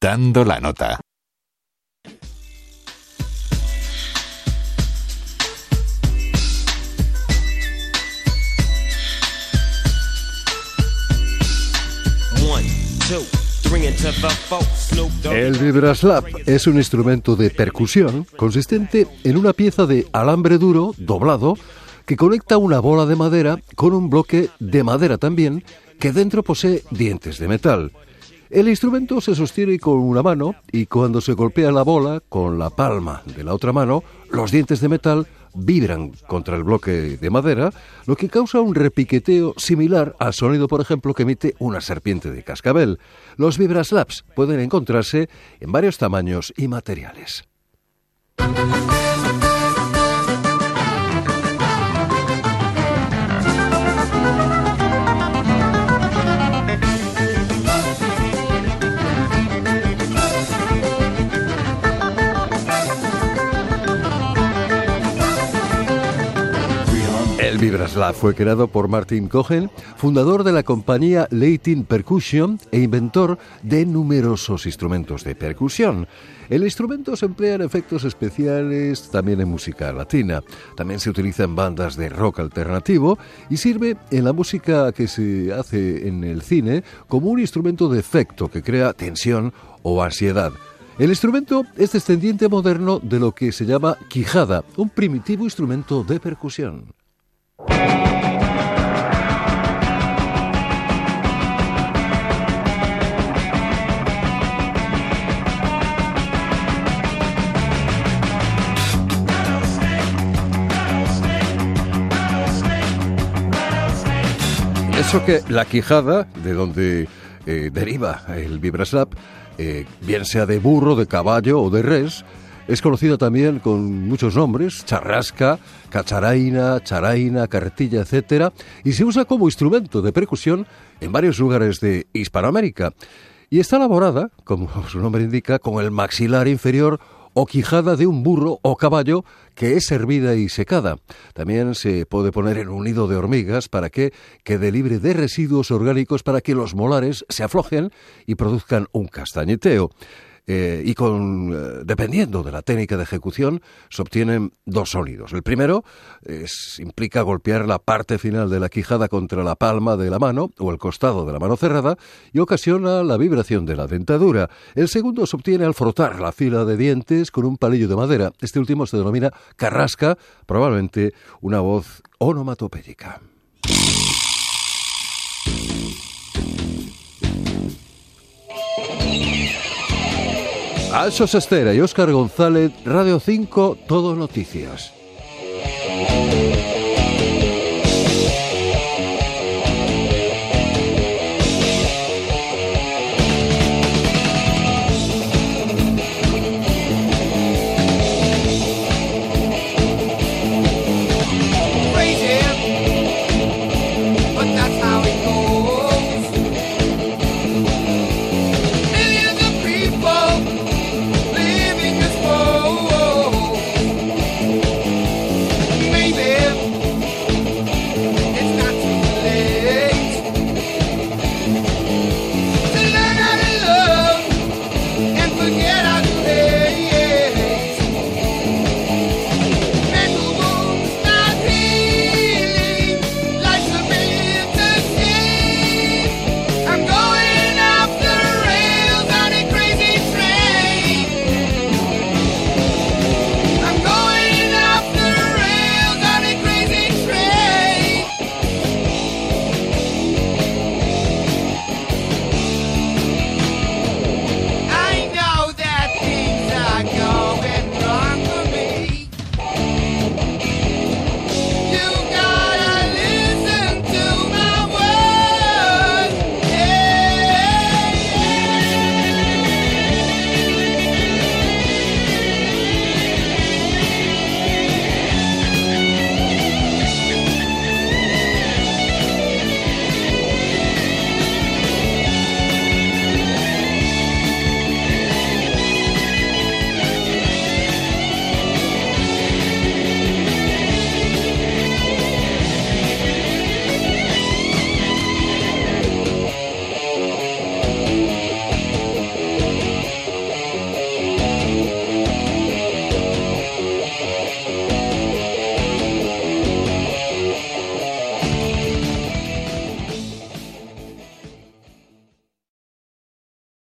Dando la nota. El vibraslap es un instrumento de percusión consistente en una pieza de alambre duro, doblado, que conecta una bola de madera con un bloque de madera también, que dentro posee dientes de metal. El instrumento se sostiene con una mano y cuando se golpea la bola con la palma de la otra mano, los dientes de metal vibran contra el bloque de madera, lo que causa un repiqueteo similar al sonido, por ejemplo, que emite una serpiente de cascabel. Los vibraslaps pueden encontrarse en varios tamaños y materiales. El vibraslap fue creado por Martin Cohen, fundador de la compañía Latin Percussion e inventor de numerosos instrumentos de percusión. El instrumento se emplea en efectos especiales, también en música latina. También se utiliza en bandas de rock alternativo y sirve en la música que se hace en el cine como un instrumento de efecto que crea tensión o ansiedad. El instrumento es descendiente moderno de lo que se llama quijada, un primitivo instrumento de percusión. Eso que la quijada, de donde deriva el vibraslap, bien sea de burro, de caballo o de res, es conocida también con muchos nombres: charrasca, cacharaina, charaina, carretilla, etc. Y se usa como instrumento de percusión en varios lugares de Hispanoamérica. Y está elaborada, como su nombre indica, con el maxilar inferior o quijada de un burro o caballo que es hervida y secada. También se puede poner en un nido de hormigas para que quede libre de residuos orgánicos para que los molares se aflojen y produzcan un castañeteo. Dependiendo de la técnica de ejecución, se obtienen dos sonidos. El primero implica golpear la parte final de la quijada contra la palma de la mano o el costado de la mano cerrada y ocasiona la vibración de la dentadura. El segundo se obtiene al frotar la fila de dientes con un palillo de madera. Este último se denomina carrasca, probablemente una voz onomatopéyica. Also Sestera y Óscar González, Radio 5, Todo Noticias.